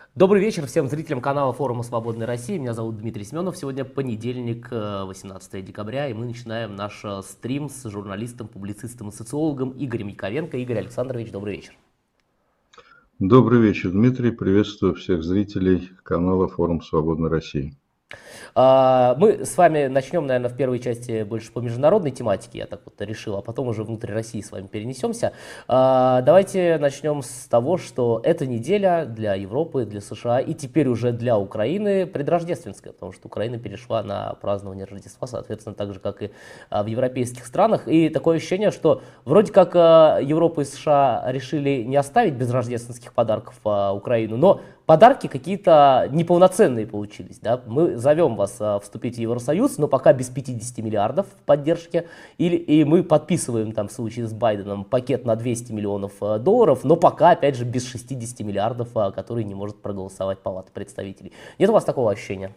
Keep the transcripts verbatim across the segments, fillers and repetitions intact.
Добрый вечер всем зрителям канала форума «Свободной России». Меня зовут Дмитрий Семенов. Сегодня понедельник, восемнадцатое декабря, и мы начинаем наш э, стрим с журналистом, публицистом и социологом Игорем Яковенко. Игорь Александрович, добрый вечер. Добрый вечер, Дмитрий. Приветствую всех зрителей канала «Форум Свободной России». А, Мы с вами начнем, наверное, в первой части больше по международной тематике, я так вот решил, а потом уже внутрь России с вами перенесемся. А, Давайте начнем с того, что эта неделя для Европы, для США и теперь уже для Украины предрождественская, потому что Украина перешла на празднование Рождества, соответственно, так же, как и а, в европейских странах. И такое ощущение, что вроде как а, Европа и США решили не оставить без рождественских подарков а, Украину, но подарки какие-то неполноценные получились. Да? Мы зовем вас а, вступить в Евросоюз, но пока без пятидесяти миллиардов в поддержке. Или, и мы подписываем там в случае с Байденом пакет на двести миллионов а, долларов, но пока, опять же, без шестидесяти миллиардов, а, который не может проголосовать Палата представителей. Нет у вас такого ощущения?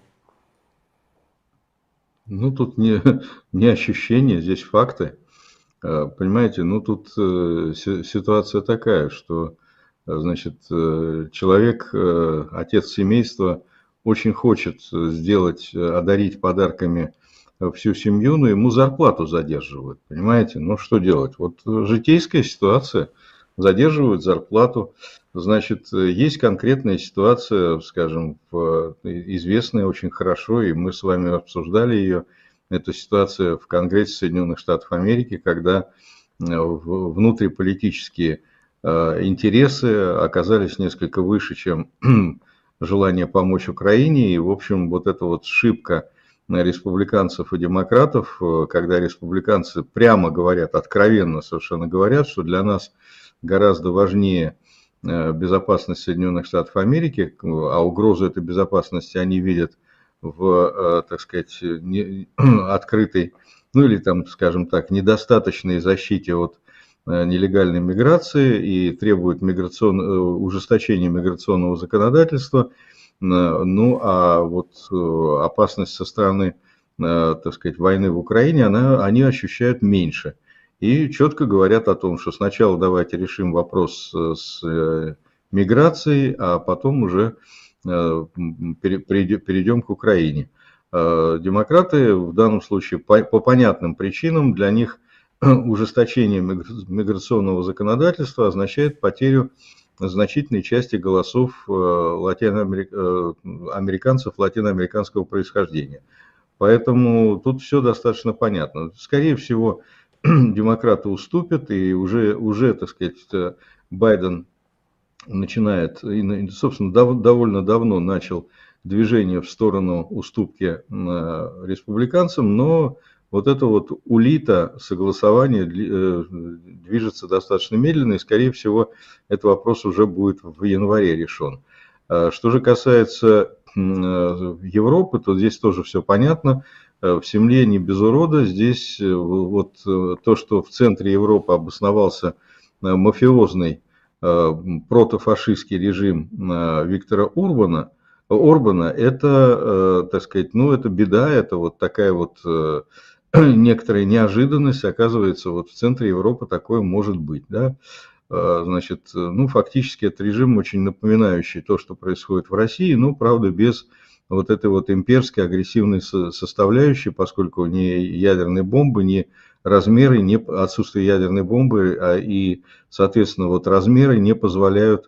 Ну, тут не, не ощущения, здесь факты. Э, Понимаете, ну тут э, си- ситуация такая, что, э, значит, э, человек, э, отец семейства, очень хочет э, сделать, э, одарить подарками э, всю семью, но ему зарплату задерживают, понимаете? Ну, что делать? Вот э, житейская ситуация, задерживают зарплату. Значит, э, есть конкретная ситуация, скажем, в- э, известная очень хорошо, и мы с вами обсуждали ее. Это ситуация в Конгрессе Соединенных Штатов Америки, когда э, в- внутриполитические э, интересы оказались несколько выше, чем желание помочь Украине. И, в общем, вот эта вот сшибка республиканцев и демократов, э, когда республиканцы прямо говорят, откровенно совершенно говорят, что для нас гораздо важнее э, безопасность Соединенных Штатов Америки, а угрозу этой безопасности они видят в, э, так сказать, не, открытой, ну или там, скажем так, недостаточной защите от э, нелегальной миграции и требуют миграцион... э, ужесточения миграционного законодательства. Э, Ну, а вот э, опасность со стороны, э, так сказать, войны в Украине, она, они ощущают меньше. И четко говорят о том, что сначала давайте решим вопрос с, с э, миграцией, а потом уже э, перейдем к Украине. Э, Демократы в данном случае по, по понятным причинам, для них ужесточение миграционного законодательства означает потерю значительной части голосов э, латиноамерик... э, американцев латиноамериканского происхождения. Поэтому тут все достаточно понятно. Скорее всего, демократы уступят, и уже, уже так сказать, э, Байден начинает, и, собственно, дов, довольно давно начал движение в сторону уступки э, республиканцам, но вот это вот улита согласования э, движется достаточно медленно, и, скорее всего, этот вопрос уже будет в январе решен. Э, Что же касается э, Европы, то здесь тоже все понятно. Э, В семье не без урода. Здесь э, вот э, то, что в центре Европы обосновался э, мафиозный э, протофашистский режим э, Виктора Урбана, Орбана, это, э, так сказать, ну, это беда, это вот такая вот э, некоторая неожиданность. Оказывается, вот в центре Европы такое может быть, да. Э, Значит, э, ну, фактически это режим очень напоминающий то, что происходит в России, но, правда, без вот этой вот имперской агрессивной составляющей, поскольку ни ядерные бомбы, ни размеры, ни отсутствие ядерной бомбы, а и, соответственно, вот размеры не позволяют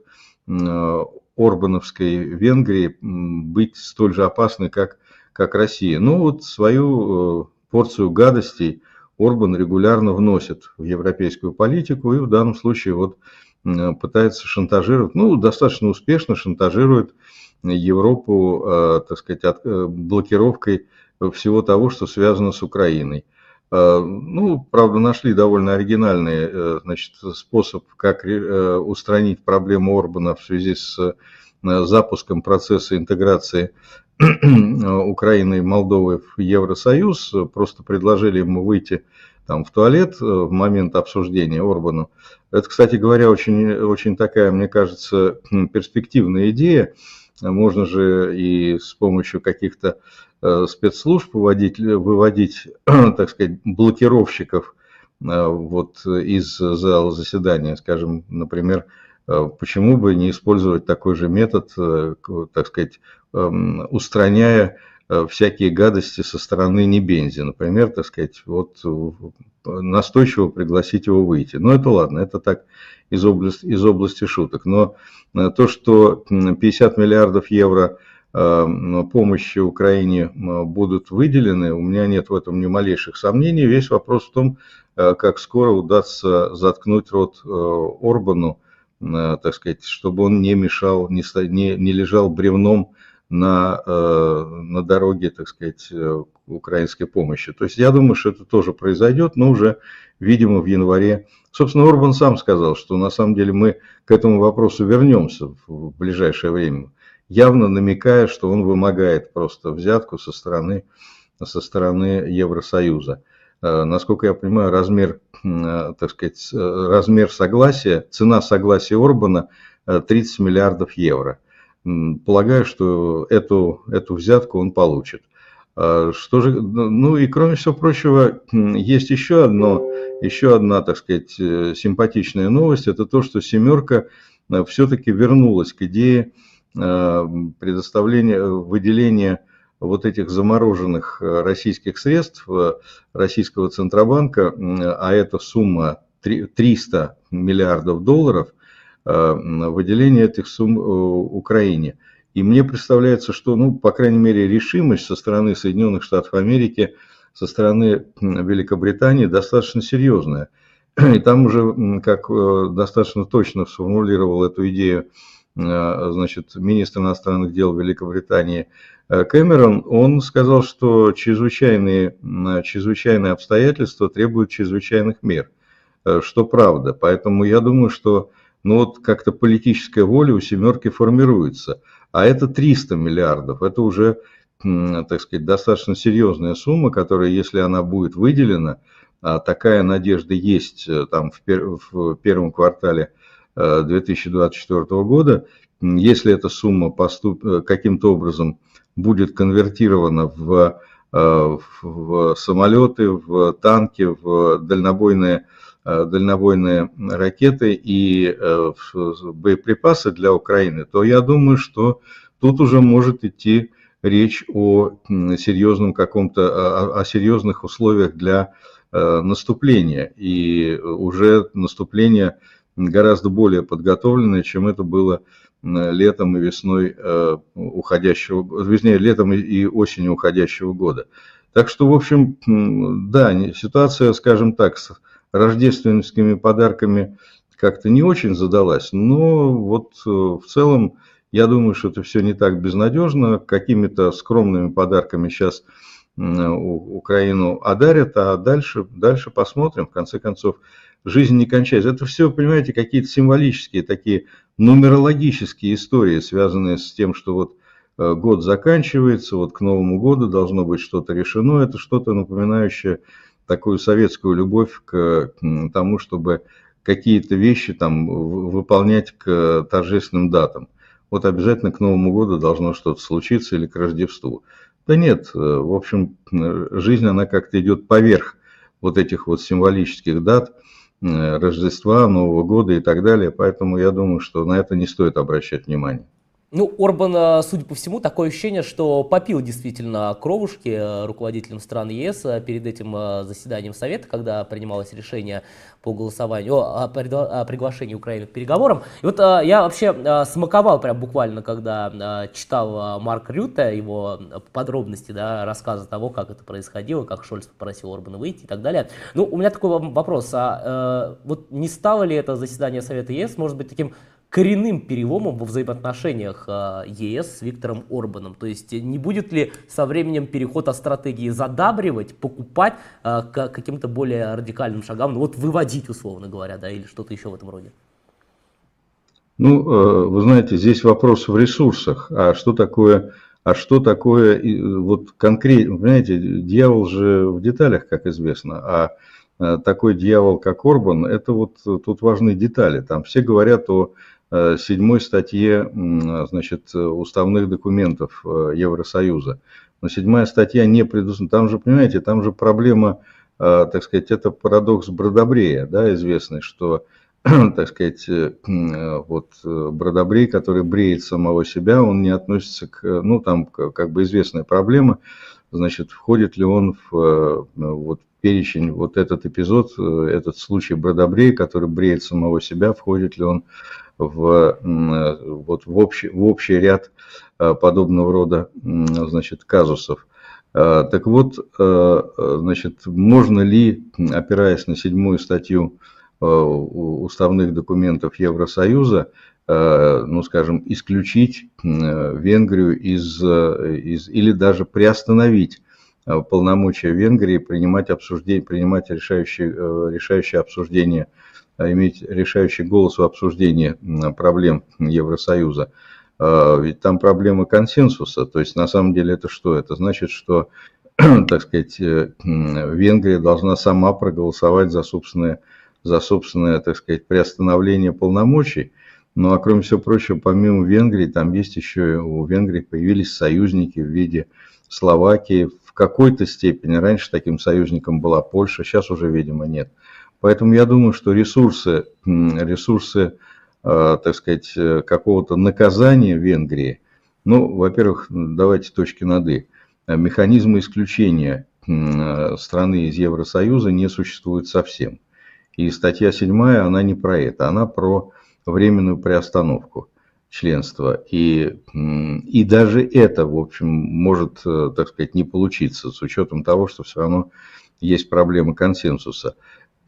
э, Орбановской Венгрии быть столь же опасной, как, как Россия. Ну вот свою э, порцию гадостей Орбан регулярно вносит в европейскую политику и в данном случае вот э, пытается шантажировать, ну достаточно успешно шантажирует Европу, э, так сказать, от, э, блокировкой всего того, что связано с Украиной. Э, Ну, правда, нашли довольно оригинальный э, значит, способ, как э, устранить проблему Орбана в связи с э, запуском процесса интеграции Украины и Молдовы в Евросоюз. Просто предложили ему выйти там, в туалет э, в момент обсуждения Орбану. Это, кстати говоря, очень, очень такая, мне кажется, перспективная идея. Можно же и с помощью каких-то э, спецслужб выводить, выводить, так сказать, блокировщиков э, вот, из зала заседания. Скажем, например, почему бы не использовать такой же метод, так сказать, устраняя всякие гадости со стороны Небензи, например, так сказать, вот настойчиво пригласить его выйти. Но это ладно, это так из области, из области шуток. Но то, что пятьдесят миллиардов евро помощи Украине будут выделены, у меня нет в этом ни малейших сомнений. Весь вопрос в том, как скоро удастся заткнуть рот Орбану, так сказать, чтобы он не мешал, не, не, не лежал бревном на, на дороге, так сказать, украинской помощи. То есть я думаю, что это тоже произойдет, но уже, видимо, в январе. Собственно, Орбан сам сказал, что на самом деле мы к этому вопросу вернемся в ближайшее время, явно намекая, что он вымогает просто взятку со стороны, со стороны Евросоюза. Насколько я понимаю, размер, так сказать, размер согласия, цена согласия Орбана тридцать миллиардов евро. Полагаю, что эту, эту взятку он получит. Что же, ну и кроме всего прочего, есть еще, одно, еще одна, так сказать, симпатичная новость. Это то, что «семерка» все-таки вернулась к идее предоставления, выделения вот этих замороженных российских средств российского Центробанка, а это сумма триста миллиардов долларов, выделение этих сумм Украине. И мне представляется, что, ну, по крайней мере, решимость со стороны Соединенных Штатов Америки, со стороны Великобритании достаточно серьезная. И там уже, как достаточно точно сформулировал эту идею, значит, министр иностранных дел Великобритании Кэмерон, он сказал, что чрезвычайные, чрезвычайные обстоятельства требуют чрезвычайных мер, что правда. Поэтому я думаю, что ну вот как-то политическая воля у «семерки» формируется. А это триста миллиардов, это уже, так сказать, достаточно серьезная сумма, которая, если она будет выделена, а такая надежда есть там в, пер, в первом квартале две тысячи двадцать четвёртого года, если эта сумма поступ, каким-то образом будет конвертирована в, в самолеты, в танки, в дальнобойные, дальнобойные ракеты и боеприпасы для Украины, то я думаю, что тут уже может идти речь о серьезном каком-то, о, о серьезных условиях для наступления. И уже наступление гораздо более подготовленное, чем это было летом и весной уходящего, вернее, летом и осенью уходящего года. Так что, в общем, да, ситуация, скажем так, с рождественскими подарками как-то не очень задалась, но вот в целом я думаю, что это все не так безнадежно. Какими-то скромными подарками сейчас Украину одарят, а дальше, дальше посмотрим. В конце концов, жизнь не кончается. Это все, понимаете, какие-то символические, такие нумерологические истории, связанные с тем, что вот год заканчивается, вот к Новому году должно быть что-то решено. Это что-то напоминающее такую советскую любовь к тому, чтобы какие-то вещи там выполнять к торжественным датам. Вот обязательно к Новому году должно что-то случиться или к Рождеству. Да нет, в общем, жизнь, она как-то идет поверх вот этих вот символических дат, Рождества, Нового года и так далее. Поэтому я думаю, что на это не стоит обращать внимание. Ну, Орбан, судя по всему, такое ощущение, что попил действительно кровушки руководителям стран ЕС перед этим заседанием Совета, когда принималось решение по голосованию о, о приглашении Украины к переговорам. И вот я вообще смаковал прям буквально, когда читал Марк Рютте, его подробности, да, рассказы того, как это происходило, как Шольц попросил Орбана выйти и так далее. Ну, у меня такой вопрос, а вот не стало ли это заседание Совета ЕС, может быть, таким коренным переломом во взаимоотношениях ЕС с Виктором Орбаном? То есть не будет ли со временем переход от стратегии задабривать, покупать к каким-то более радикальным шагам, ну вот выводить, условно говоря, да, или что-то еще в этом роде? Ну, вы знаете, здесь вопрос в ресурсах. А что такое, а что такое вот конкретно, понимаете, дьявол же в деталях, как известно, а такой дьявол, как Орбан, это вот тут важны детали. Там все говорят о седьмой статье, значит, уставных документов Евросоюза. Но седьмая статья не предусмотрена. Там же, понимаете, там же проблема, так сказать, это парадокс Бродобрея, да, известный, что так сказать, вот Бродобрей, который бреет самого себя, он не относится к, ну, там как бы известная проблема, значит, входит ли он в вот перечень, вот этот эпизод, этот случай Бродобрея, который бреет самого себя, входит ли он в, вот, в, общий, в общий ряд подобного рода, значит, казусов. Так вот, значит, можно ли, опираясь на седьмую статью уставных документов Евросоюза, ну, скажем, исключить Венгрию из, из или даже приостановить полномочия Венгрии принимать обсуждение, принимать решающие, решающее обсуждение, иметь решающий голос в обсуждении проблем Евросоюза. Ведь там проблема консенсуса. То есть на самом деле это что? Это значит, что, так сказать, Венгрия должна сама проголосовать за собственное, за собственное, так сказать, приостановление полномочий. Ну а кроме всего прочего, помимо Венгрии, там есть еще у Венгрии появились союзники в виде Словакии. В какой-то степени раньше таким союзником была Польша, сейчас уже, видимо, нет. Поэтому я думаю, что ресурсы, ресурсы, так сказать, какого-то наказания Венгрии, ну, во-первых, давайте точки над «и». Механизма исключения страны из Евросоюза не существует совсем. И статья седьмая, она не про это, она про временную приостановку членства. И, и даже это, в общем, может, так сказать, не получиться, с учетом того, что все равно есть проблема консенсуса.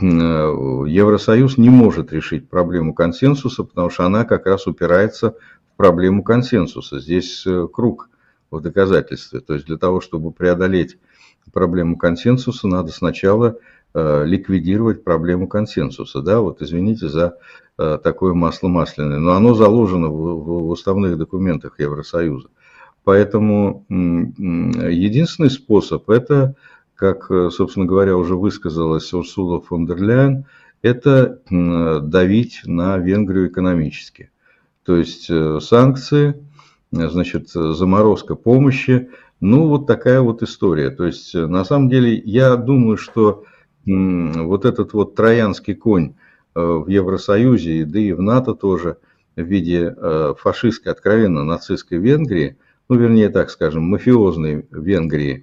Евросоюз не может решить проблему консенсуса, потому что она как раз упирается в проблему консенсуса. Здесь круг в доказательстве. То есть для того, чтобы преодолеть проблему консенсуса, надо сначала ликвидировать проблему консенсуса. Да, вот извините за такое масло масляное, но оно заложено в, в уставных документах Евросоюза. Поэтому единственный способ – это, как, собственно говоря, уже высказалась Урсула фон дер Ляйен, это давить на Венгрию экономически. То есть санкции, значит, заморозка помощи, ну вот такая вот история. То есть на самом деле я думаю, что вот этот вот троянский конь в Евросоюзе, да и в НАТО тоже, в виде фашистской, откровенно нацистской Венгрии, ну вернее так скажем, мафиозной Венгрии,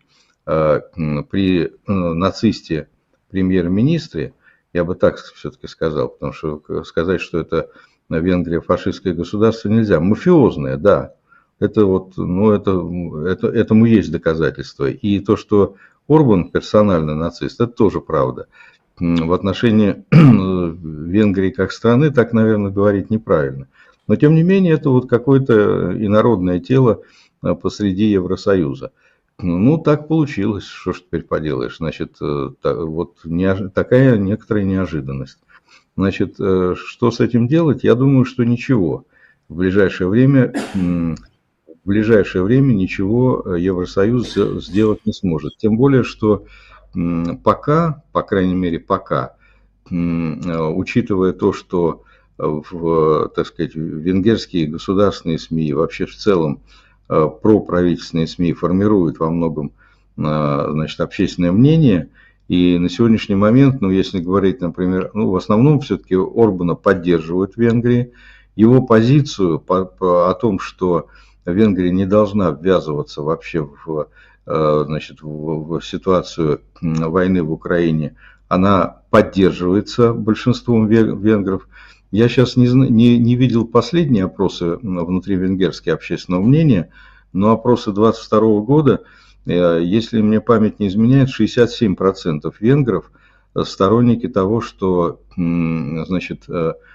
при нацисте премьер-министре, я бы так все-таки сказал, потому что сказать, что это Венгрия фашистское государство нельзя. Мафиозное, да, это вот, ну это, это, этому есть доказательства. И то, что Орбан персонально нацист, это тоже правда. В отношении Венгрии как страны так, наверное, говорить неправильно. Но, тем не менее, это вот какое-то инородное тело посреди Евросоюза. Ну, так получилось, что ж теперь поделаешь. Значит, вот такая некоторая неожиданность. Значит, что с этим делать? Я думаю, что ничего. В ближайшее время, в ближайшее время ничего Евросоюз сделать не сможет. Тем более, что пока, по крайней мере, пока, учитывая то, что в, так сказать, венгерские государственные СМИ, вообще в целом проправительственные СМИ формируют во многом, значит, общественное мнение, и на сегодняшний момент, ну, если говорить, например, ну, в основном все-таки Орбана поддерживают в Венгрии, его позицию по, по, о том, что Венгрия не должна ввязываться вообще в, значит, в, в ситуацию войны в Украине, она поддерживается большинством венгров. Я сейчас не, не, не видел последние опросы внутривенгерские общественного мнения, но опросы двадцать второго года, если мне память не изменяет, шестьдесят семь процентов венгров сторонники того, что, значит,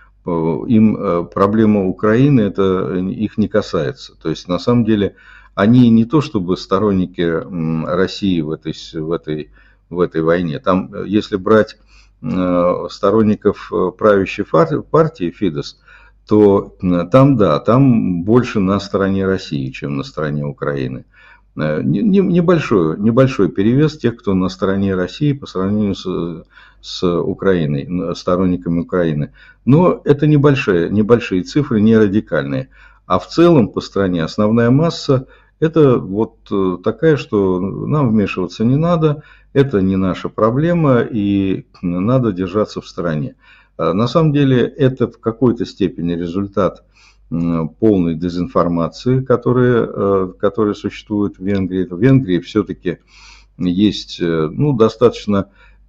им проблема Украины, это их не касается. То есть, на самом деле, они не то чтобы сторонники России в этой, в этой, в этой войне. Там, если брать сторонников правящей партии Фидес, то там, да, там больше на стороне России, чем на стороне Украины. Небольшой, небольшой перевес тех, кто на стороне России по сравнению с, с Украиной, сторонниками Украины. Но это небольшие, небольшие цифры, не радикальные. А в целом по стране основная масса это вот такая, что нам вмешиваться не надо, это не наша проблема и надо держаться в стороне. На самом деле это в какой-то степени результат полной дезинформации, которая, которая существует в Венгрии. В Венгрии все-таки есть, ну, достаточно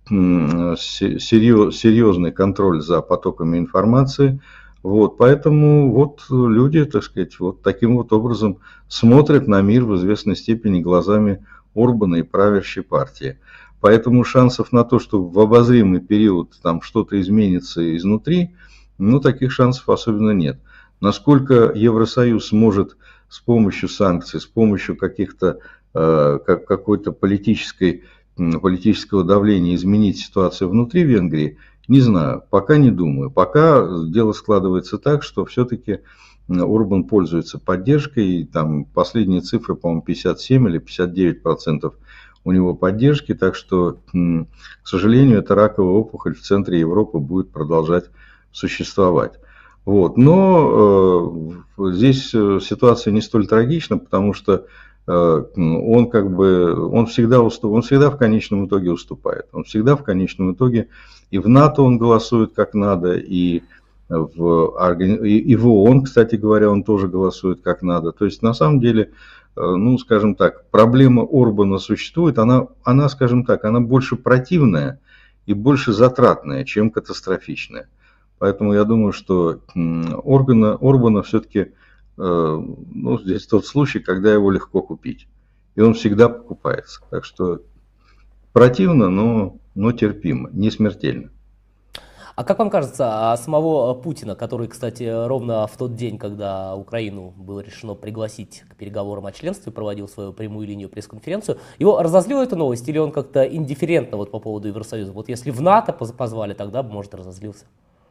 серьезный контроль за потоками информации. Вот, поэтому вот люди, так сказать, вот таким вот образом смотрят на мир в известной степени глазами Орбана и правящей партии. Поэтому шансов на то, что в обозримый период там что-то изменится изнутри, ну, таких шансов особенно нет. Насколько Евросоюз может с помощью санкций, с помощью каких-то, э, как, какой-то политической, политического давления изменить ситуацию внутри Венгрии, не знаю, пока не думаю. Пока дело складывается так, что все-таки Орбан пользуется поддержкой. Там последние цифры, по-моему, пятьдесят семь или пятьдесят девять процентов у него поддержки. Так что, к сожалению, эта раковая опухоль в центре Европы будет продолжать существовать. Вот. Но э, здесь ситуация не столь трагична, потому что э, он как бы, он всегда, уступ, он всегда в конечном итоге уступает. Он всегда в конечном итоге и в НАТО он голосует как надо, и в, и в ООН, кстати говоря, он тоже голосует как надо. То есть на самом деле, ну, скажем так, проблема Орбана существует, она, она, скажем так, она больше противная и больше затратная, чем катастрофичная. Поэтому я думаю, что Орбана, Орбана все-таки, ну, здесь тот случай, когда его легко купить. И он всегда покупается. Так что противно, но, но терпимо, не смертельно. А как вам кажется, а самого Путина, который, кстати, ровно в тот день, когда Украину было решено пригласить к переговорам о членстве, проводил свою прямую линию пресс-конференцию, его разозлила эта новость или он как-то индифферентно вот по поводу Евросоюза? Вот если в НАТО позвали, тогда бы, может, разозлился.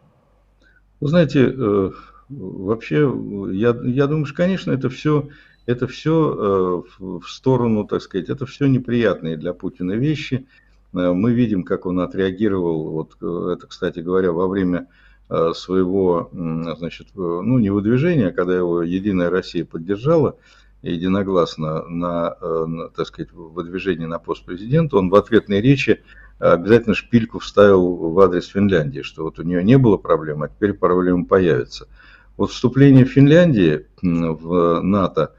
Вы знаете, вообще, я, я думаю, что, конечно, это все, это все в сторону, так сказать, это все неприятные для Путина вещи. Мы видим, как он отреагировал, вот это, кстати говоря, во время своего, значит, ну, не выдвижения, когда его Единая Россия поддержала единогласно на, на, так сказать, выдвижение на пост президента, он в ответной речи обязательно шпильку вставил в адрес Финляндии, что вот у нее не было проблем, а теперь проблемы появятся. Вот вступление Финляндии в НАТО,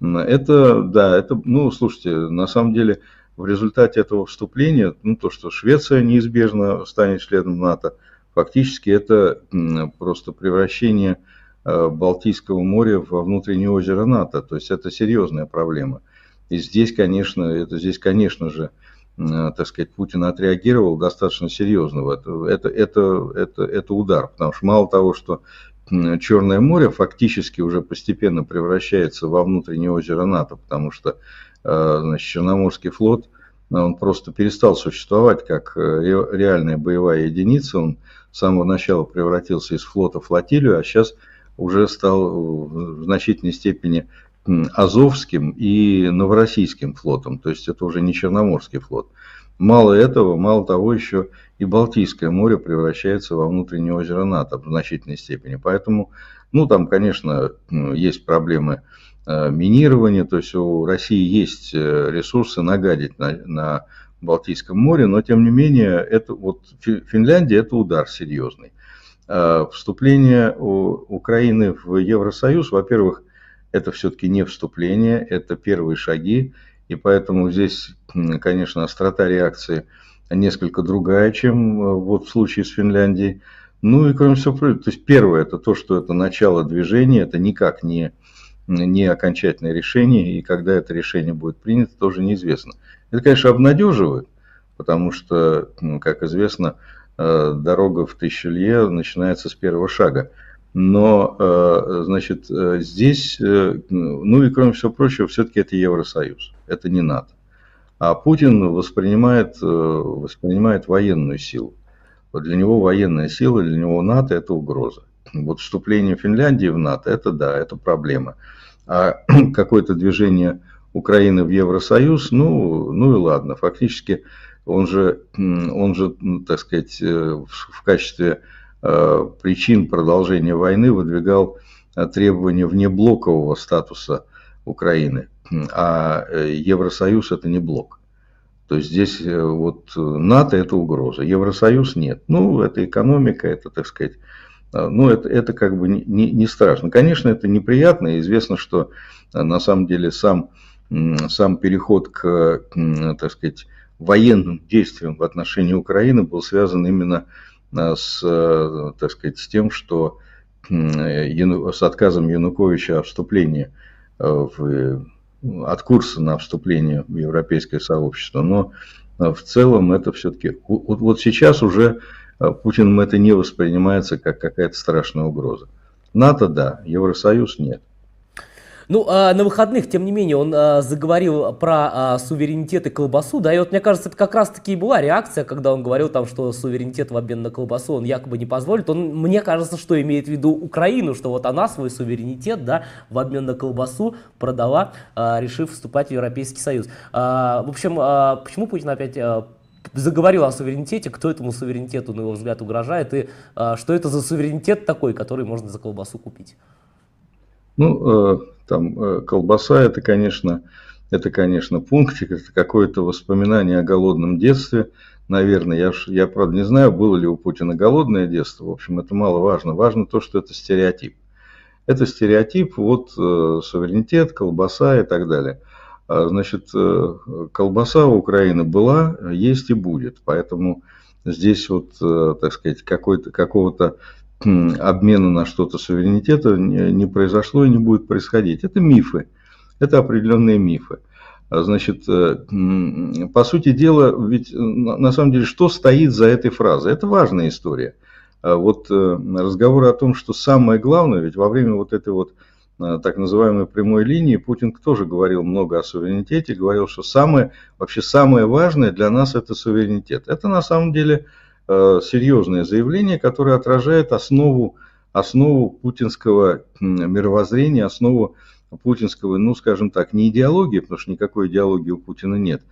это, да, это, ну, слушайте, на самом деле в результате этого вступления, ну, то, что Швеция неизбежно станет членом НАТО, фактически это просто превращение Балтийского моря во внутреннее озеро НАТО, то есть это серьезная проблема. И здесь, конечно, это здесь, конечно же, так сказать, Путин отреагировал достаточно серьезно. Это, это, это, это, это удар, потому что мало того, что Черное море фактически уже постепенно превращается во внутреннее озеро НАТО, потому что, значит, Черноморский флот, он просто перестал существовать как реальная боевая единица. Он с самого начала превратился из флота в флотилию, а сейчас уже стал в значительной степени Азовским и Новороссийским флотом, то есть это уже не Черноморский флот. Мало этого, мало того, еще и Балтийское море превращается во внутреннее озеро НАТО в значительной степени. Поэтому, ну, там, конечно, есть проблемы минирования, то есть у России есть ресурсы нагадить на, на Балтийском море, но тем не менее, это, вот, Финляндия – это удар серьезный. Вступление Украины в Евросоюз, во-первых, это все-таки не вступление, это первые шаги, и поэтому здесь, конечно, острота реакции несколько другая, чем вот в случае с Финляндией. Ну и кроме всего прочего, то есть первое, это то, что это начало движения, это никак не, не окончательное решение, и когда это решение будет принято, тоже неизвестно. Это, конечно, обнадеживает, потому что, как известно, дорога в тысячу лье начинается с первого шага. Но, значит, здесь, ну и кроме всего прочего, все-таки это Евросоюз, это не НАТО. А Путин воспринимает, воспринимает военную силу. Вот для него военная сила, для него НАТО – это угроза. Вот вступление Финляндии в НАТО – это да, это проблема. А какое-то движение Украины в Евросоюз, ну, ну и ладно, фактически он же, он же, так сказать, в качестве причин продолжения войны выдвигал требования внеблокового статуса Украины, а Евросоюз это не блок. То есть здесь вот НАТО – это угроза, Евросоюз – нет. Ну, это экономика, это, так сказать, ну, это, это как бы не, не страшно. Конечно, это неприятно, и известно, что на самом деле сам, сам переход к, так сказать, военным действиям в отношении Украины был связан именно с, так сказать, с тем, что с отказом Януковича от вступления в, от курса на вступление в европейское сообщество. Но в целом это все-таки вот, вот сейчас уже Путиным это не воспринимается как какая-то страшная угроза. НАТО да, Евросоюз нет. Ну, а на выходных, тем не менее, он а, заговорил про а, суверенитет и колбасу, да, и вот мне кажется, это как раз-таки и была реакция, когда он говорил там, что суверенитет в обмен на колбасу он якобы не позволит. Он, мне кажется, что имеет в виду Украину, что вот она свой суверенитет, да, в обмен на колбасу продала, а, решив вступать в Европейский Союз. А, в общем, а, почему Путин опять а, заговорил о суверенитете, кто этому суверенитету, на его взгляд, угрожает, и а, что это за суверенитет такой, который можно за колбасу купить? Ну, э, там э, колбаса это, конечно, это, конечно, пунктик, это какое-то воспоминание о голодном детстве. Наверное, я, я правда не знаю, было ли у Путина голодное детство. В общем, это мало важно. Важно то, что это стереотип. Это стереотип, вот э, суверенитет, колбаса и так далее. А, значит, э, колбаса у Украины была, есть и будет. Поэтому здесь вот, э, так сказать, какой-то, какого-то обмена на что-то суверенитета не, не произошло и не будет происходить. Это мифы, это определенные мифы. Значит, по сути дела, ведь на самом деле, что стоит за этой фразой? Это важная история. Вот разговор о том, что самое главное, ведь во время вот этой вот так называемой прямой линии Путин тоже говорил много о суверенитете, говорил, что самое, вообще самое важное для нас это суверенитет. Это на самом деле серьезное заявление, которое отражает основу, основу путинского мировоззрения, основу путинского, ну, скажем так, не идеологии, потому что никакой идеологии у Путина нет,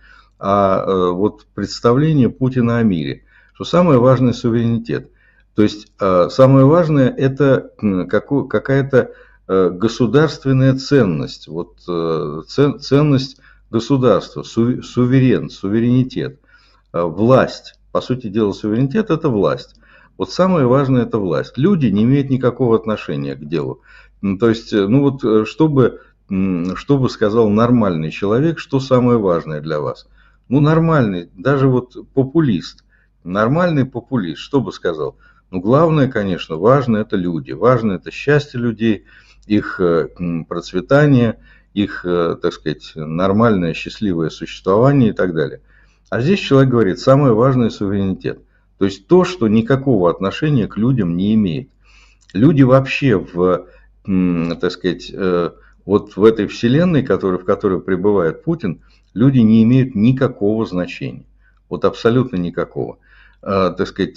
а вот представление Путина о мире, что самое важное – суверенитет. То есть самое важное – это какая-то государственная ценность, вот ценность государства, суверен, суверенитет, власть. По сути дела, суверенитет – это власть. Вот самое важное – это власть. Люди не имеют никакого отношения к делу. То есть, ну вот, чтобы, чтобы сказал нормальный человек, что самое важное для вас? Ну, нормальный, даже вот популист, нормальный популист, что бы сказал? Ну, главное, конечно, важно – это люди. Важно – это счастье людей, их процветание, их, так сказать, нормальное, счастливое существование и так далее. А здесь человек говорит, самое важное – суверенитет. То есть то, что никакого отношения к людям не имеет. Люди вообще в, так сказать, вот в этой вселенной, который, в которой пребывает Путин, люди не имеют никакого значения. Вот абсолютно никакого. Так сказать,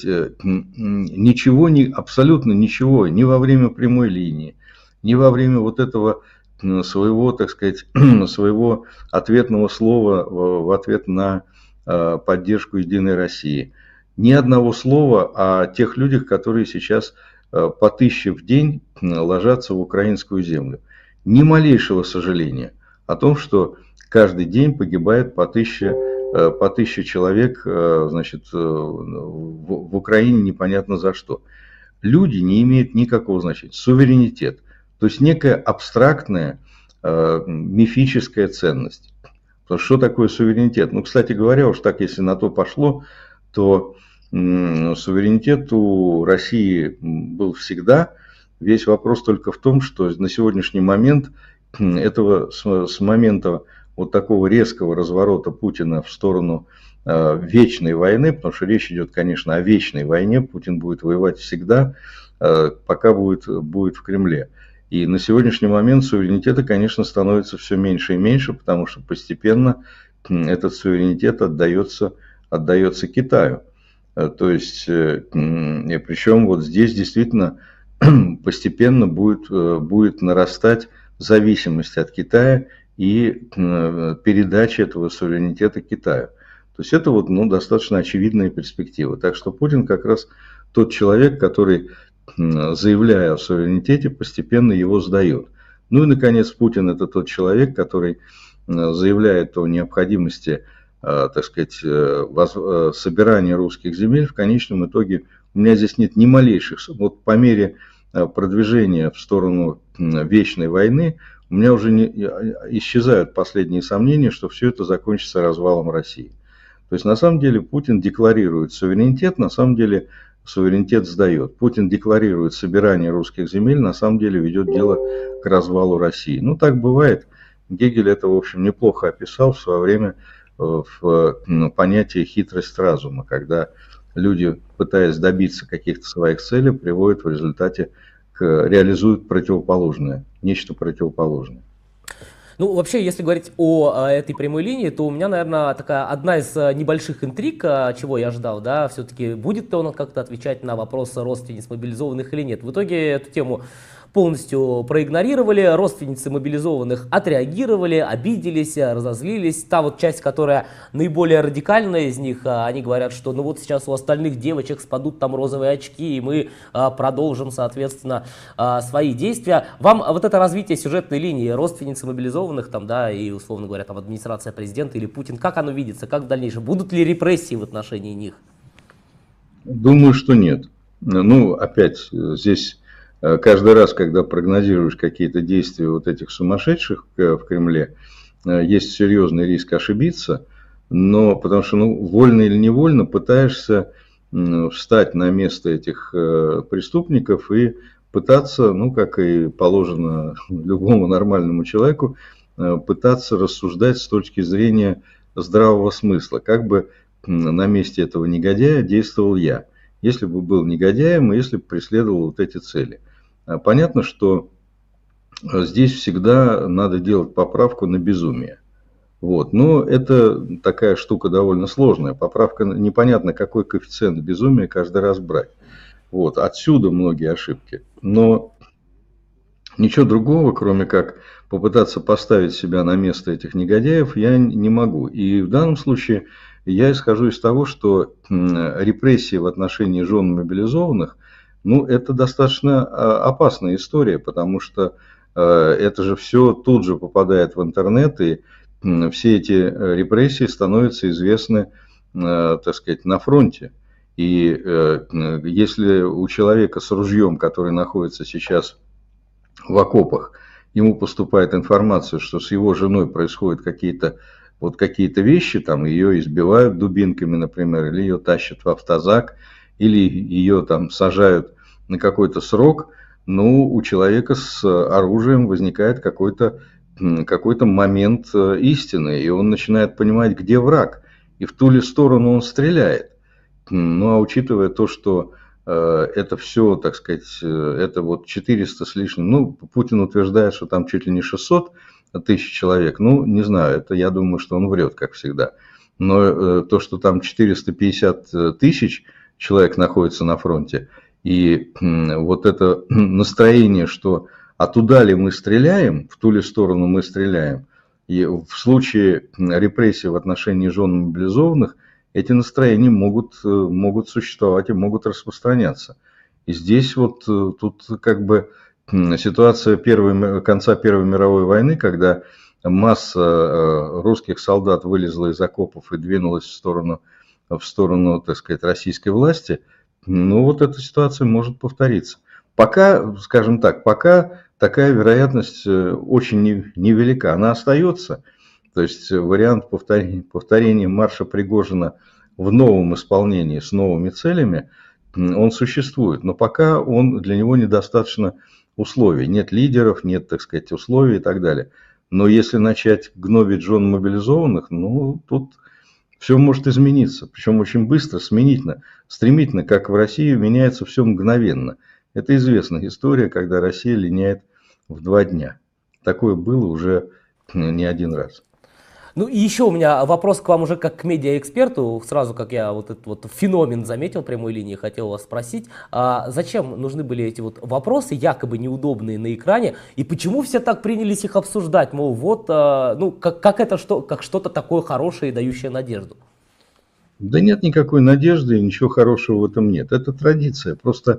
ничего, абсолютно ничего, ни во время прямой линии, ни во время вот этого своего, так сказать, своего ответного слова в ответ на поддержку Единой России. Ни одного слова о тех людях, которые сейчас по тысяче в день ложатся в украинскую землю. Ни малейшего сожаления о том, что каждый день погибает по тысяче, по тысяче человек, значит, в Украине непонятно за что. Люди не имеют никакого значения. Суверенитет. То есть некая абстрактная мифическая ценность. Что такое суверенитет? Ну, кстати говоря, уж так, если на то пошло, то суверенитет у России был всегда. Весь вопрос только в том, что на сегодняшний момент, этого, с момента вот такого резкого разворота Путина в сторону вечной войны, потому что речь идет, конечно, о вечной войне, Путин будет воевать всегда, пока будет, будет в Кремле. И на сегодняшний момент суверенитета, конечно, становится все меньше и меньше, потому что постепенно этот суверенитет отдается, отдается Китаю. То есть, причем вот здесь действительно постепенно будет, будет нарастать зависимость от Китая и передача этого суверенитета Китаю. То есть это вот, ну, достаточно очевидная перспектива. Так что Путин как раз тот человек, который, заявляя о суверенитете, постепенно его сдает. Ну и, наконец, Путин – это тот человек, который заявляет о необходимости так сказать, собирания русских земель, в конечном итоге у меня здесь нет ни малейших, вот по мере продвижения в сторону вечной войны, у меня уже не, исчезают последние сомнения, что все это закончится развалом России. То есть на самом деле Путин декларирует суверенитет, на самом деле суверенитет сдает. Путин декларирует собирание русских земель, на самом деле ведет дело к развалу России. Ну так бывает. Гегель это, в общем, неплохо описал в свое время в понятие хитрость разума, когда люди, пытаясь добиться каких-то своих целей, приводят в результате к, реализуют противоположное, нечто противоположное. Ну, вообще, если говорить о этой прямой линии, то у меня, наверное, такая одна из небольших интриг, чего я ждал, да, все-таки будет ли он как-то отвечать на вопросы родственниц мобилизованных или нет. В итоге эту тему полностью проигнорировали, родственницы мобилизованных отреагировали, обиделись, разозлились. Та вот часть, которая наиболее радикальная из них, они говорят, что ну вот сейчас у остальных девочек спадут там розовые очки, и мы а, продолжим, соответственно, а, свои действия. Вам вот это развитие сюжетной линии родственницы мобилизованных, там, да, и, условно говоря, там, администрация президента или Путин, как оно видится, как в дальнейшем? Будут ли репрессии в отношении них? Думаю, что нет. Ну, опять, здесь... Каждый раз, когда прогнозируешь какие-то действия вот этих сумасшедших в Кремле, есть серьезный риск ошибиться, но потому что, ну, вольно или невольно пытаешься встать на место этих преступников и пытаться, ну, как и положено любому нормальному человеку, пытаться рассуждать с точки зрения здравого смысла, как бы на месте этого негодяя действовал я, если бы был негодяем и если бы преследовал вот эти цели. Понятно, что здесь всегда надо делать поправку на безумие. Вот. Но это такая штука довольно сложная. Поправка, непонятно, какой коэффициент безумия каждый раз брать. Вот. Отсюда многие ошибки. Но ничего другого, кроме как попытаться поставить себя на место этих негодяев, я не могу. И в данном случае я исхожу из того, что репрессии в отношении жен мобилизованных, ну, это достаточно опасная история, потому что это же все тут же попадает в интернет, и все эти репрессии становятся известны, так сказать, на фронте. И если у человека с ружьем, который находится сейчас в окопах, ему поступает информация, что с его женой происходят какие-то вот какие-то вещи, там ее избивают дубинками, например, или ее тащат в автозак, или ее там сажают на какой-то срок, ну, у человека с оружием возникает какой-то какой-то момент истины, и он начинает понимать, где враг, и в ту ли сторону он стреляет. Ну, а учитывая то, что э, это все, так сказать, это вот четыреста с лишним, ну, Путин утверждает, что там чуть ли не шестьсот тысяч человек, ну, не знаю, это я думаю, что он врет, как всегда. Но э, то, что там четыреста пятьдесят тысяч человек находится на фронте, и э, вот это настроение, что а туда ли мы стреляем, в ту ли сторону мы стреляем, и в случае репрессий в отношении жен мобилизованных, эти настроения могут, могут существовать и могут распространяться. И здесь вот тут как бы ситуация первой, конца Первой мировой войны, когда масса русских солдат вылезла из окопов и двинулась в сторону, в сторону, так сказать, российской власти, ну вот эта ситуация может повториться. Пока, скажем так, пока такая вероятность очень невелика, она остается. То есть вариант повторения, повторения марша Пригожина в новом исполнении с новыми целями, он существует. Но пока он, для него недостаточно условий. Нет лидеров, нет, так сказать, условий и так далее. Но если начать гнобить жен мобилизованных, ну, тут все может измениться. Причем очень быстро, сменительно, стремительно, как в России, меняется все мгновенно. Это известная история, когда Россия линяет в два дня. Такое было уже не один раз. Ну и еще у меня вопрос к вам уже как к медиаэксперту. Сразу, как я вот этот вот феномен заметил прямой линии, хотел вас спросить, а зачем нужны были эти вот вопросы, якобы неудобные на экране, и почему все так принялись их обсуждать, мол, вот, а, ну, как, как это что, как что-то такое хорошее и дающее надежду? Да нет никакой надежды, ничего хорошего в этом нет. Это традиция. Просто,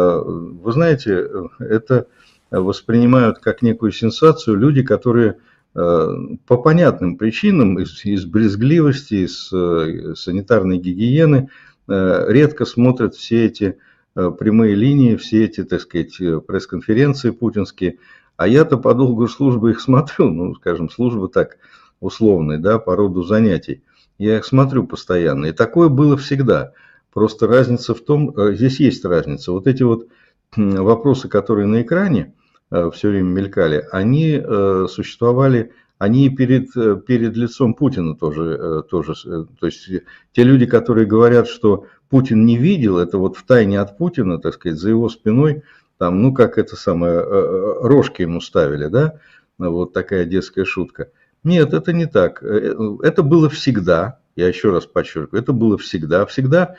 вы знаете, это воспринимают как некую сенсацию люди, которые по понятным причинам, из, из брезгливости, из санитарной гигиены, редко смотрят все эти прямые линии, все эти, так сказать, пресс-конференции путинские. А я-то по долгу службы их смотрю, ну, скажем, служба так условная, да, по роду занятий. Я их смотрю постоянно. И такое было всегда. Просто разница в том, здесь есть разница. Вот эти вот вопросы, которые на экране все время мелькали, они существовали, они перед, перед лицом Путина тоже, тоже. То есть те люди, которые говорят, что Путин не видел, это вот втайне от Путина, так сказать, за его спиной, там, ну, как это самое, рожки ему ставили, да, вот такая детская шутка. Нет, это не так. Это было всегда, я еще раз подчеркиваю, это было всегда. Всегда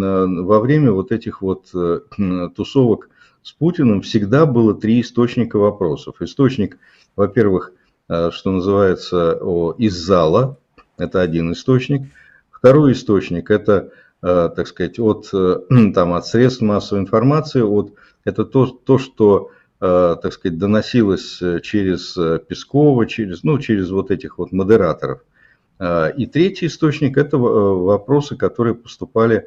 во время вот этих вот тусовок с Путиным всегда было три источника вопросов. Источник, во-первых, что называется, из зала, это один источник. Второй источник, это, так сказать, от, там, от средств массовой информации, от, это то, то, что, так сказать, доносилось через Пескова, через, ну, через вот этих вот модераторов. И третий источник – это вопросы, которые поступали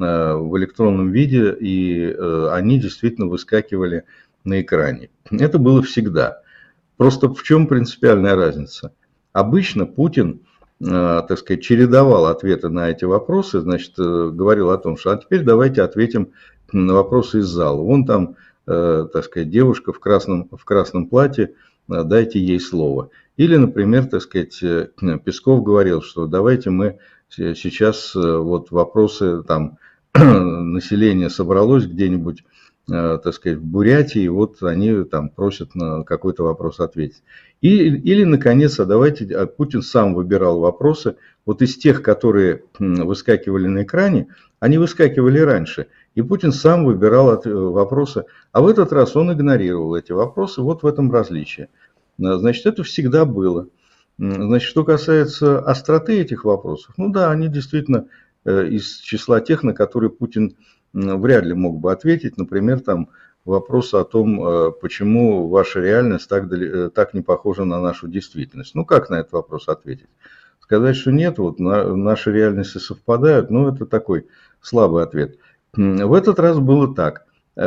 в электронном виде, и они действительно выскакивали на экране. Это было всегда. Просто в чем принципиальная разница? Обычно Путин, так сказать, чередовал ответы на эти вопросы, значит, говорил о том, что а теперь давайте ответим на вопросы из зала. Вон там, так сказать, девушка в красном, в красном платье, дайте ей слово. Или, например, так сказать, Песков говорил, что давайте мы сейчас вот вопросы, там, население собралось где-нибудь, так сказать, в Бурятии, и вот они там просят на какой-то вопрос ответить. И, или, наконец, а давайте, Путин сам выбирал вопросы, вот из тех, которые выскакивали на экране, они выскакивали раньше, и Путин сам выбирал вопросы, а в этот раз он игнорировал эти вопросы, вот в этом различие. Значит, это всегда было. Значит, что касается остроты этих вопросов, ну да, они действительно из числа тех, на которые Путин вряд ли мог бы ответить. Например, там вопрос о том, почему ваша реальность так, так не похожа на нашу действительность. Ну, как на этот вопрос ответить? Сказать, что нет, вот наши реальности совпадают, ну, это такой слабый ответ. В этот раз было так.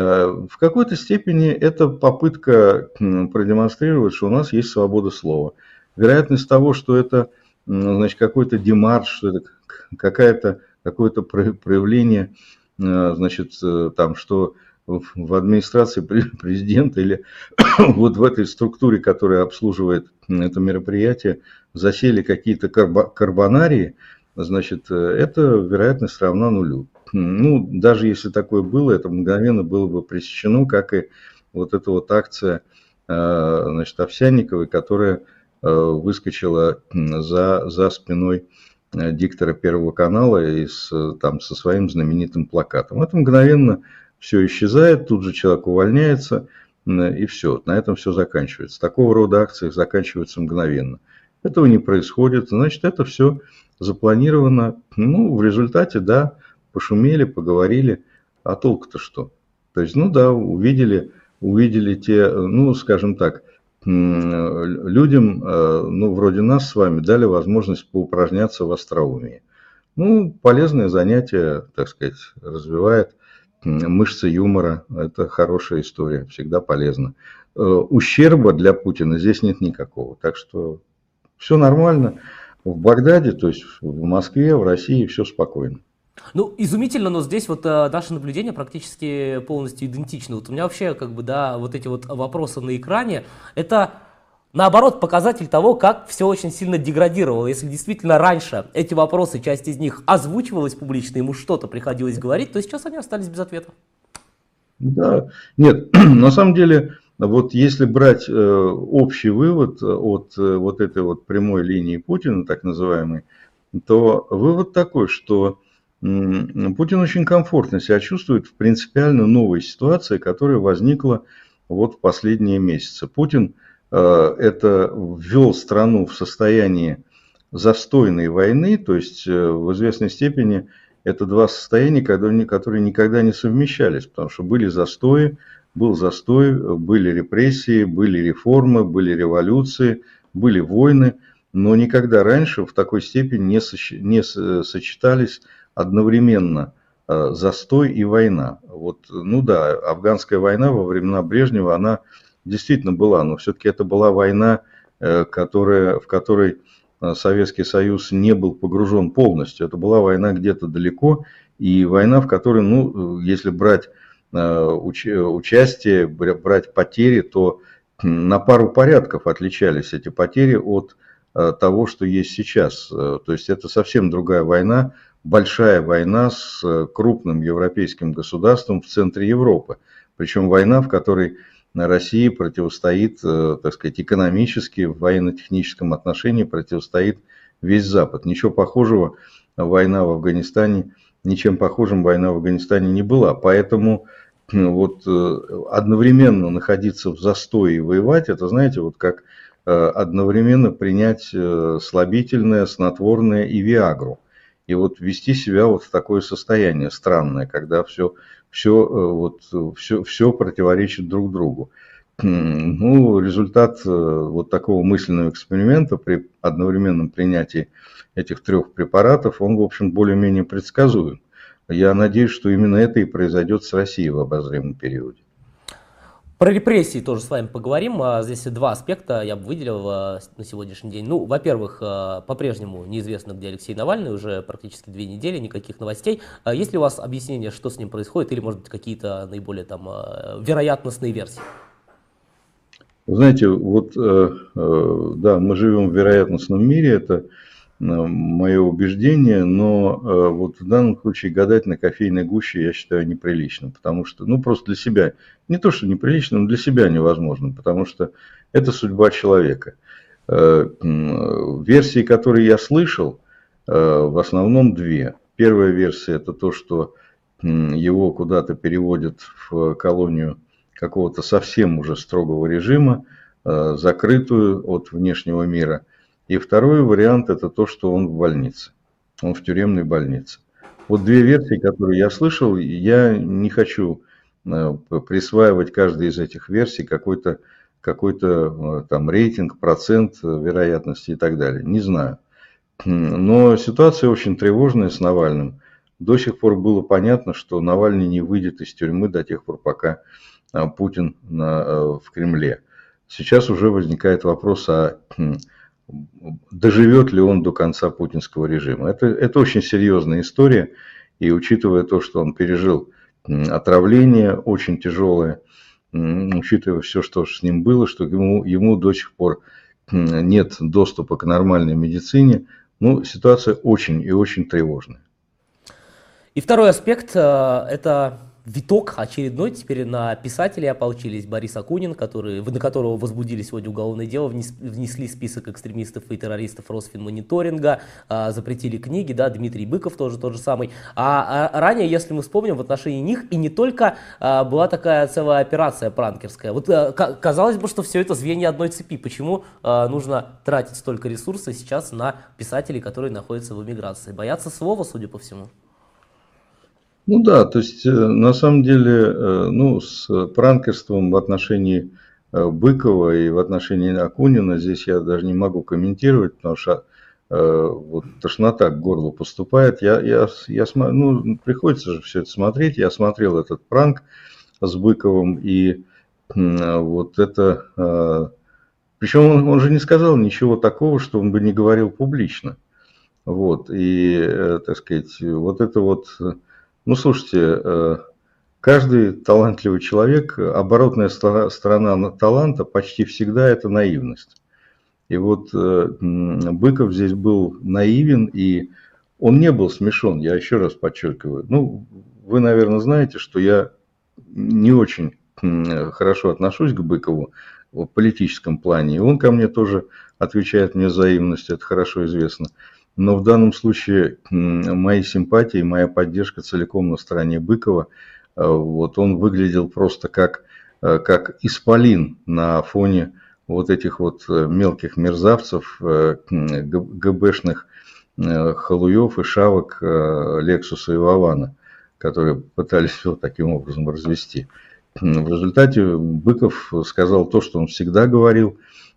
В какой-то степени это попытка продемонстрировать, что у нас есть свобода слова. Вероятность того, что это, значит, какой-то демарш, что это какая-то, какое-то проявление, значит, там, что в администрации президента или вот в этой структуре, которая обслуживает это мероприятие, засели какие-то карбонарии, значит, это вероятность равна нулю. Ну, даже если такое было, это мгновенно было бы пресечено, как и вот эта вот акция, значит, Овсянниковой, которая выскочила за, за спиной диктора Первого канала и с, там, со своим знаменитым плакатом. Это мгновенно все исчезает, тут же человек увольняется, и все, на этом все заканчивается. Такого рода акции заканчиваются мгновенно. Этого не происходит, значит, это все запланировано. Ну, в результате, да, пошумели, поговорили, а толку-то что? То есть, ну да, увидели, увидели те, ну, скажем так, людям, ну, вроде нас с вами, дали возможность поупражняться в остроумии. Ну, полезное занятие, так сказать, развивает мышцы юмора. Это хорошая история, всегда полезно. Ущерба для Путина здесь нет никакого. Так что все нормально. В Багдаде, то есть в Москве, в России все спокойно. Ну, изумительно, но здесь вот э, наши наблюдения практически полностью идентичны. Вот у меня вообще, как бы, да, вот эти вот вопросы на экране, это, наоборот, показатель того, как все очень сильно деградировало. Если действительно раньше эти вопросы, часть из них озвучивалась публично, ему что-то приходилось говорить, то сейчас они остались без ответа. Да, нет, на самом деле, вот если брать э, общий вывод от э, вот этой вот прямой линии Путина, так называемой, то вывод такой, что Путин очень комфортно себя чувствует в принципиально новой ситуации, которая возникла вот в последние месяцы. Путин э, это ввел страну в состояние застойной войны, то есть э, в известной степени это два состояния, которые, которые никогда не совмещались, потому что были застои, был застой, были репрессии, были реформы, были революции, были войны, но никогда раньше в такой степени не, соч- не с- сочетались одновременно э, застой и война. Вот, ну да, афганская война во времена Брежнева, она действительно была, но все-таки это была война, э, которая, в которой э, Советский Союз не был погружен полностью. Это была война где-то далеко, и война, в которой, ну, если брать э, уч- участие, бра- брать потери, то на пару порядков отличались эти потери от э, того, что есть сейчас. Э, То есть это совсем другая война, большая война с э, крупным европейским государством в центре Европы. Причем война, в которой России противостоит, э, так сказать, экономически, в военно-техническом отношении противостоит весь Запад. Ничего похожего война в Афганистане, ничем похожим война в Афганистане не была. Поэтому ну, вот э, одновременно находиться в застое и воевать, это, знаете, вот как э, одновременно принять э, слабительное, снотворное и виагру. И вот вести себя вот в такое состояние странное, когда все, все, вот, все, все противоречит друг другу. Ну, результат э, вот такого мысленного эксперимента при одновременном принятии этих трех препаратов, он, в общем, более-менее предсказуем. Я надеюсь, что именно это и произойдет с Россией в обозримом периоде. Про репрессии тоже с вами поговорим. А, Здесь два аспекта я бы выделил а, с- на сегодняшний день. Ну, во-первых, а, по-прежнему неизвестно, где Алексей Навальный, уже практически две недели, никаких новостей. А Есть ли у вас объяснение, что с ним происходит, или, может быть, какие-то наиболее там а, вероятностные версии? Вы знаете, вот, э, э, да, мы живем в вероятностном мире, это мое убеждение, но э, вот в данном случае гадать на кофейной гуще я считаю неприличным, потому что, ну, просто для себя, не то что неприлично, но для себя невозможно, потому что это судьба человека. Э, м, Версии, которые я слышал, э, в основном две. Первая версия – это то, что м, его куда-то переводят в колонию какого-то совсем уже строгого режима, э, закрытую от внешнего мира. И второй вариант – это то, что он в больнице, он в тюремной больнице. Вот две версии, которые я слышал, я не хочу э, присваивать каждой из этих версий какой-то какой-то э, там рейтинг, процент э, вероятности и так далее. Не знаю. Но ситуация очень тревожная с Навальным. До сих пор было понятно, что Навальный не выйдет из тюрьмы до тех пор, пока а, Путин на, э, в Кремле. Сейчас уже возникает вопрос, а хм, доживет ли он до конца путинского режима. Это, это очень серьезная история, и учитывая то, что он пережил м, отравление очень тяжелое, м, учитывая все, что с ним было, что ему, ему до сих пор м, нет доступа к нормальной медицине, ну, ситуация очень и очень тревожная. И второй аспект э, это виток очередной. Теперь на писателей ополчились Борис Акунин, который, на которого возбудили сегодня уголовное дело, внес- внесли список экстремистов и террористов Росфинмониторинга, э, запретили книги, да, Дмитрий Быков тоже тот же самый. А, а ранее, если мы вспомним, в отношении них и не только э, была такая целая операция пранкерская. Вот э, ка- казалось бы, что все это звенья одной цепи. Почему э, нужно тратить столько ресурсов сейчас на писателей, которые находятся в эмиграции? Боятся слова, судя по всему. Ну да, то есть э, на самом деле, э, ну, с пранкерством в отношении э, Быкова и в отношении Акунина здесь я даже не могу комментировать, потому что э, вот тошнота к горлу поступает. Я, я, я, смо- ну, приходится же все это смотреть. Я смотрел этот пранк с Быковым, и м, вот это... э, Причем он, он же не сказал ничего такого, что он бы не говорил публично. Вот, и, э, так сказать, вот это вот, э, ну, слушайте, э, каждый талантливый человек, э, оборотная стора- сторона на- таланта почти всегда это наивность. И вот э, м, Быков здесь был наивен, и он не был смешон, я еще раз подчеркиваю. Ну, вы, наверное, знаете, что я не очень м, хорошо отношусь к Быкову в политическом плане, и он ко мне тоже отвечает мне взаимностью, это хорошо известно. Но в данном случае м, мои симпатии, моя поддержка целиком на стороне Быкова. Э, Вот он выглядел просто как, э, как исполин на фоне вот этих вот э, мелких мерзавцев, э, г- ГБшных э, халуев и шавок э, Лексуса и Вована, которые пытались его таким образом развести. В результате Быков сказал то, что он всегда говорил.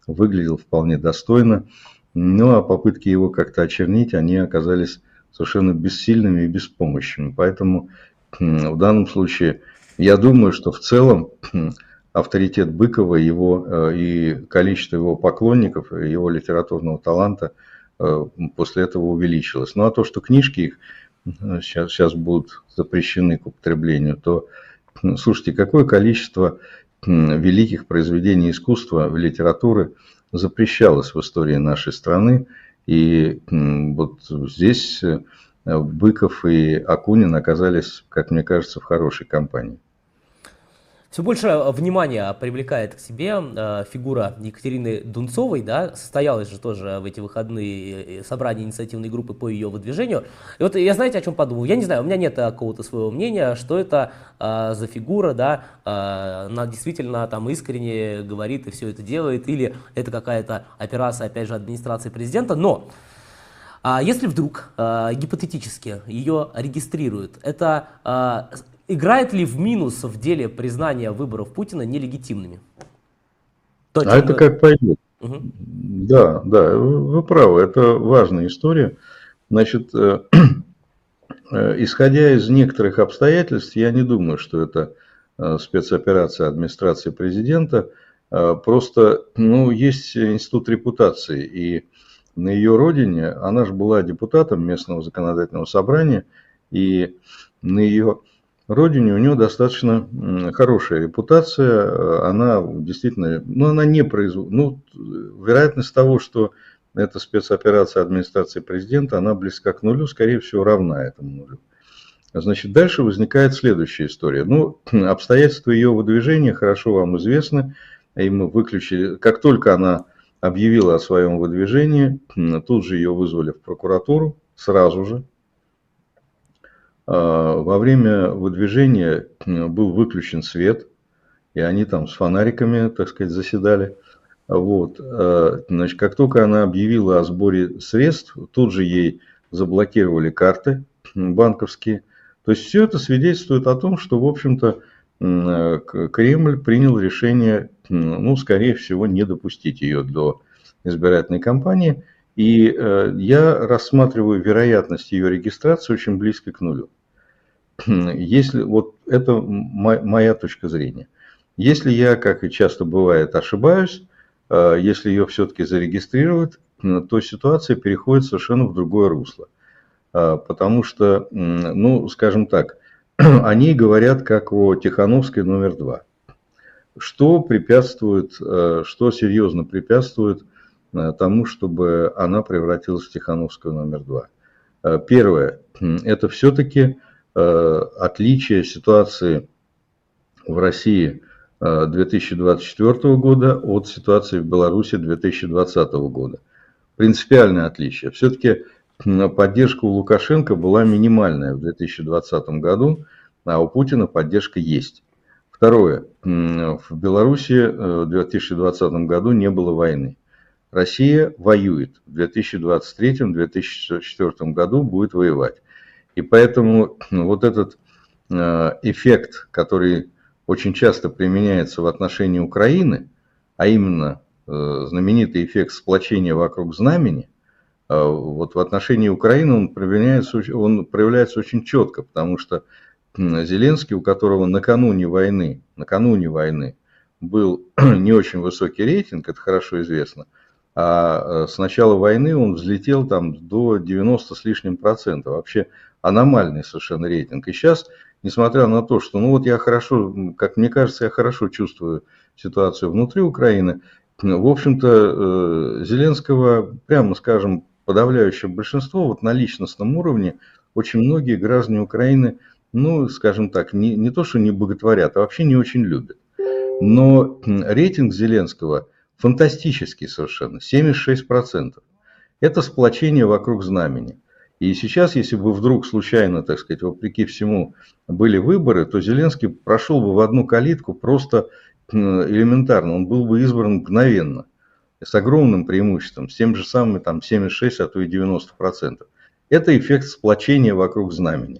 выглядел вполне достойно. Ну а попытки его как-то очернить, они оказались совершенно бессильными и беспомощными. Поэтому в данном случае я думаю, что в целом авторитет Быкова, его и количество его поклонников, его литературного таланта после этого увеличилось. Ну а то, что книжки их сейчас, сейчас будут запрещены к употреблению, то слушайте, какое количество великих произведений искусства, литературы запрещалось в истории нашей страны. И вот здесь Быков и Акунин оказались, как мне кажется, в хорошей компании. Все больше внимания привлекает к себе э, фигура Екатерины Дунцовой, да, состоялось же тоже в эти выходные собрание инициативной группы по ее выдвижению. И вот я, знаете, о чем подумал? Я не знаю, у меня нет какого-то своего мнения, что это э, за фигура, да, э, она действительно там искренне говорит и все это делает, или это какая-то операция, опять же, администрации президента, но э, если вдруг э, гипотетически ее регистрируют, это... Э, Играет ли в минус в деле признания выборов Путина нелегитимными? То, а это мы... как пойдет. Угу. Да, да, вы правы, это важная история. Значит, исходя из некоторых обстоятельств, я не думаю, что это спецоперация администрации президента. Просто, ну, есть институт репутации, и на ее родине, она же была депутатом местного законодательного собрания, и на ее родине у нее достаточно хорошая репутация, она действительно, ну она не производит, ну вероятность того, что это спецоперация администрации президента, она близка к нулю, скорее всего равна этому нулю. Значит, дальше возникает следующая история. Ну, обстоятельства ее выдвижения хорошо вам известны, и мы выключили, как только она объявила о своем выдвижении, тут же ее вызвали в прокуратуру, сразу же. Во время выдвижения был выключен свет, и они там с фонариками, так сказать, заседали. Вот. Значит, как только она объявила о сборе средств, тут же ей заблокировали карты банковские. То есть все это свидетельствует о том, что, в общем-то, Кремль принял решение, ну, скорее всего, не допустить ее до избирательной кампании. И я рассматриваю вероятность ее регистрации очень близко к нулю. Если, вот это моя точка зрения. Если я, как и часто бывает, ошибаюсь, если ее все-таки зарегистрируют, то ситуация переходит совершенно в другое русло. Потому что, ну, скажем так, они говорят как о Тихановской номер два. Что препятствует, что серьезно препятствует тому, чтобы она превратилась в Тихановскую номер два? Первое, это все-таки отличие ситуации в России две тысячи двадцать четвёртого года от ситуации в Беларуси две тысячи двадцатого года. Принципиальное отличие. Все-таки поддержка у Лукашенко была минимальная в две тысячи двадцатом году, а у Путина поддержка есть. Второе. В Беларуси в две тысячи двадцатом году не было войны. Россия воюет. В две тысячи двадцать третьем — две тысячи четвёртом году будет воевать. И поэтому вот этот эффект, который очень часто применяется в отношении Украины, а именно знаменитый эффект сплочения вокруг знамени, вот в отношении Украины он проявляется, он проявляется очень четко, потому что Зеленский, у которого накануне войны, накануне войны был не очень высокий рейтинг, это хорошо известно, а с начала войны он взлетел там до девяноста с лишним процентов. Вообще аномальный совершенно рейтинг. И сейчас, несмотря на то, что, ну вот я хорошо, как мне кажется, я хорошо чувствую ситуацию внутри Украины, в общем-то, Зеленского, прямо скажем, подавляющее большинство, вот на личностном уровне, очень многие граждане Украины, ну, скажем так, не, не то, что не боготворят, а вообще не очень любят. Но рейтинг Зеленского фантастический совершенно, семьдесят шесть процентов. Это сплочение вокруг знамени. И сейчас, если бы вдруг случайно, так сказать, вопреки всему были выборы, то Зеленский прошел бы в одну калитку просто элементарно. Он был бы избран мгновенно, с огромным преимуществом, с тем же самым там, семьдесят шесть, а то и девяносто процентов. Это эффект сплочения вокруг знамени.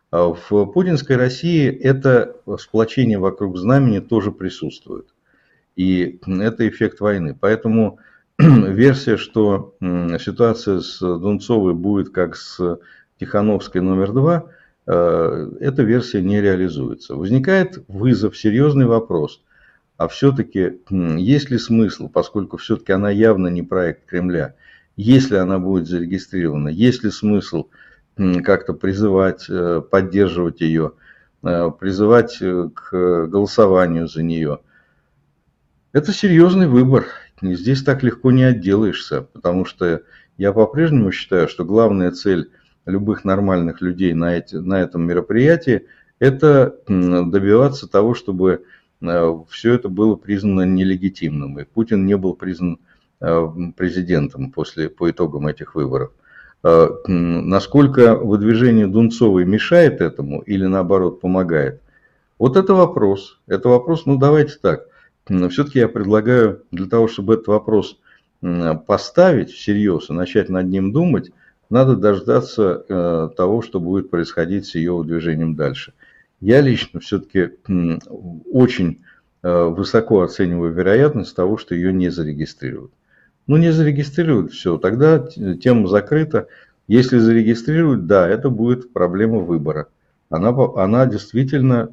В путинской России это сплочение вокруг знамени тоже присутствует. И это эффект войны. Поэтому версия, что ситуация с Дунцовой будет как с Тихановской номер два, эта версия не реализуется. Возникает вызов, серьезный вопрос. А все-таки есть ли смысл, поскольку все-таки она явно не проект Кремля, если она будет зарегистрирована, есть ли смысл как-то призывать, поддерживать ее, призывать к голосованию за нее? Это серьезный выбор. Здесь так легко не отделаешься, потому что я по-прежнему считаю, что главная цель любых нормальных людей на, эти, на этом мероприятии – это добиваться того, чтобы все это было признано нелегитимным, и Путин не был признан президентом после, по итогам этих выборов. Насколько выдвижение Дунцовой мешает этому или наоборот помогает? Вот это вопрос. Это вопрос, ну давайте так. Все-таки я предлагаю для того, чтобы этот вопрос поставить всерьез и начать над ним думать, надо дождаться того, что будет происходить с ее выдвижением дальше. Я лично все-таки очень высоко оцениваю вероятность того, что ее не зарегистрируют. Ну, не зарегистрируют, все, тогда тема закрыта. Если зарегистрируют, да, это будет проблема выбора. Она, она действительно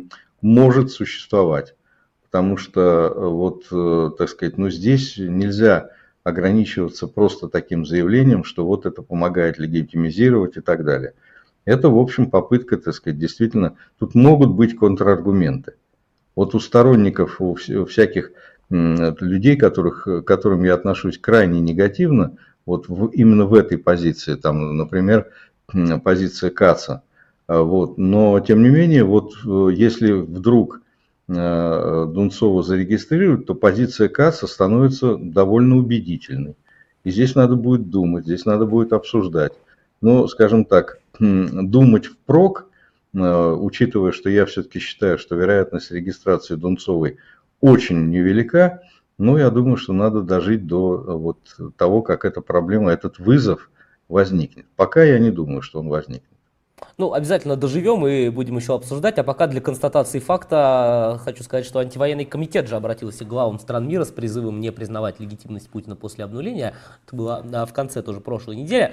может существовать. Потому что, вот, так сказать, ну, здесь нельзя ограничиваться просто таким заявлением, что вот это помогает легитимизировать и так далее. Это, в общем, попытка, так сказать, действительно, тут могут быть контраргументы. Вот у сторонников, у всяких людей, которых, к которым я отношусь крайне негативно, вот в, именно в этой позиции, там, например, позиция Каца. Вот. Но, тем не менее, вот если вдруг Дунцову зарегистрируют, то позиция Каца становится довольно убедительной. И здесь надо будет думать, здесь надо будет обсуждать. Но, скажем так, думать впрок, учитывая, что я все-таки считаю, что вероятность регистрации Дунцовой очень невелика, но я думаю, что надо дожить до вот того, как эта проблема, этот вызов возникнет. Пока я не думаю, что он возникнет. Ну, обязательно доживем и будем еще обсуждать. А пока для констатации факта хочу сказать, что антивоенный комитет же обратился к главам стран мира с призывом не признавать легитимность Путина после обнуления. Это было в конце тоже прошлой недели.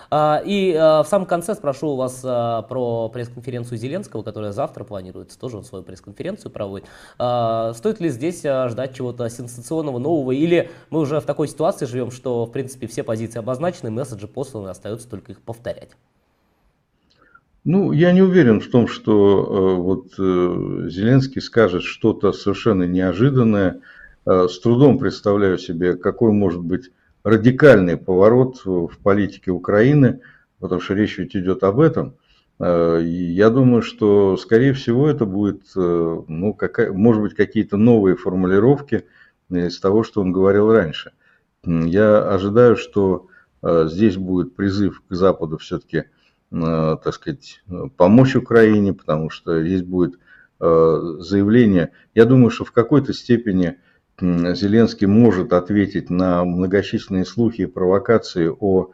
И в самом конце спрошу у вас про пресс-конференцию Зеленского, которая завтра планируется, тоже он свою пресс-конференцию проводит. Стоит ли здесь ждать чего-то сенсационного, нового, или мы уже в такой ситуации живем, что в принципе все позиции обозначены, месседжи посланы, остается только их повторять? Ну, я не уверен в том, что вот Зеленский скажет что-то совершенно неожиданное. С трудом представляю себе, какой может быть радикальный поворот в политике Украины, потому что речь ведь идет об этом. Я думаю, что, скорее всего, это будет, ну, какая, может быть, какие-то новые формулировки из того, что он говорил раньше. Я ожидаю, что здесь будет призыв к Западу все-таки, так сказать, помочь Украине, потому что здесь будет заявление. Я думаю, что в какой-то степени Зеленский может ответить на многочисленные слухи и провокации о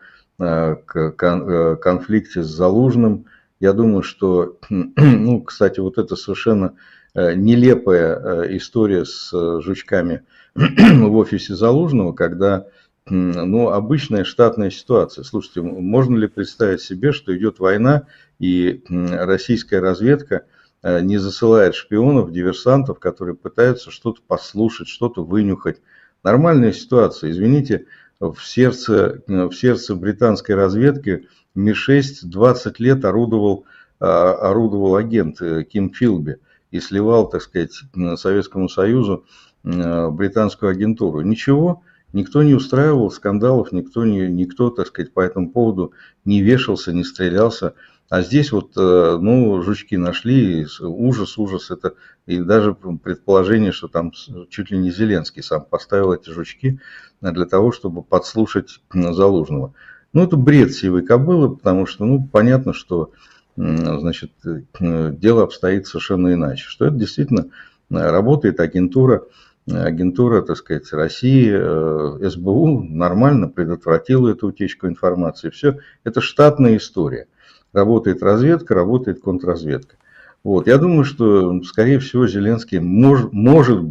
конфликте с Залужным. Я думаю, что, ну, кстати, вот эта совершенно нелепая история с жучками в офисе Залужного, когда, ну, обычная штатная ситуация. Слушайте, можно ли представить себе, что идет война, и российская разведка не засылает шпионов, диверсантов, которые пытаются что-то послушать, что-то вынюхать. Нормальная ситуация. Извините, в сердце, в сердце британской разведки Ми шесть двадцать лет орудовал, орудовал агент Ким Филби и сливал, так сказать, Советскому Союзу британскую агентуру. Ничего, никто не устраивал скандалов, никто, не, никто, так сказать, по этому поводу не вешался, не стрелялся. А здесь вот, ну, жучки нашли, ужас, ужас, это, и даже предположение, что там чуть ли не Зеленский сам поставил эти жучки для того, чтобы подслушать Залужного. Ну, это бред сивой кобылы, потому что, ну, понятно, что, значит, дело обстоит совершенно иначе, что это действительно работает агентура, агентура, так сказать, России, эс бэ у нормально предотвратила эту утечку информации, все, это штатная история. Работает разведка, работает контрразведка. Вот. Я думаю, что, скорее всего, Зеленский мож, может быть,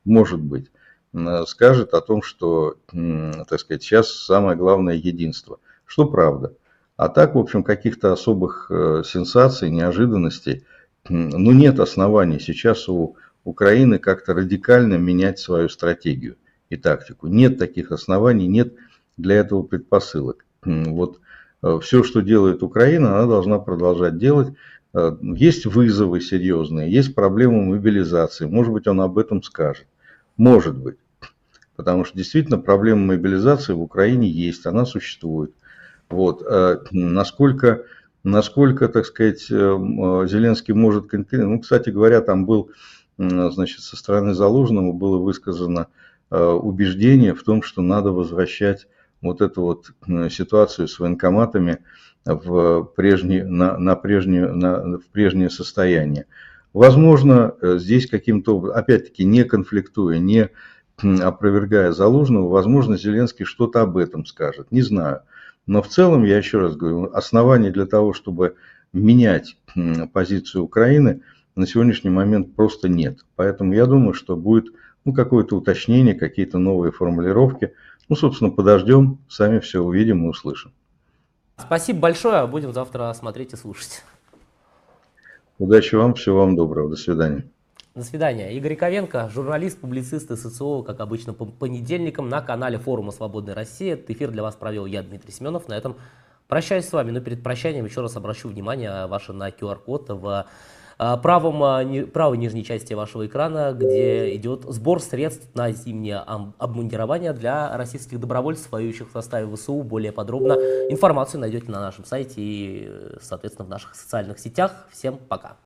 может быть, м, скажет о том, что, м, так сказать, сейчас самое главное единство, что правда. А так, в общем, каких-то особых э, сенсаций, неожиданностей, м, ну, нет оснований сейчас у Украины как-то радикально менять свою стратегию и тактику. Нет таких оснований, нет для этого предпосылок. М, Вот все, что делает Украина, она должна продолжать делать. Э, Есть вызовы серьезные, есть проблемы мобилизации. Может быть, он об этом скажет. Может быть. Потому что действительно проблема мобилизации в Украине есть, она существует. Вот. э, Насколько, насколько, так сказать, э, м, э, Зеленский может конкретно... Ну, кстати говоря, там был, м, значит, со стороны Залужного было высказано э, убеждение в том, что надо возвращать вот эту вот м, ситуацию с военкоматами в прежнее, на, на прежнее, на, в прежнее состояние. Возможно, э, здесь каким-то, образом, опять-таки, не конфликтуя, не м, опровергая Залужного, возможно, Зеленский что-то об этом скажет. Не знаю. Но в целом, я еще раз говорю, оснований для того, чтобы менять м, позицию Украины на сегодняшний момент просто нет. Поэтому я думаю, что будет ну, какое-то уточнение, какие-то новые формулировки. Ну, собственно, подождем, сами все увидим и услышим. Спасибо большое, будем завтра смотреть и слушать. Удачи вам, всего вам доброго, до свидания. До свидания. Игорь Яковенко, журналист, публицист и социолог, как обычно, по понедельникам на канале форума «Свободная Россия». Этот эфир для вас провел я, Дмитрий Семенов. На этом прощаюсь с вами. Но перед прощанием еще раз обращу внимание ваше на ку ар код в а, правом, а, ни, правой нижней части вашего экрана, где идет сбор средств на зимнее обмундирование для российских добровольцев, воюющих в составе вэ эс у. Более подробно информацию найдете на нашем сайте и, соответственно, в наших социальных сетях. Всем пока.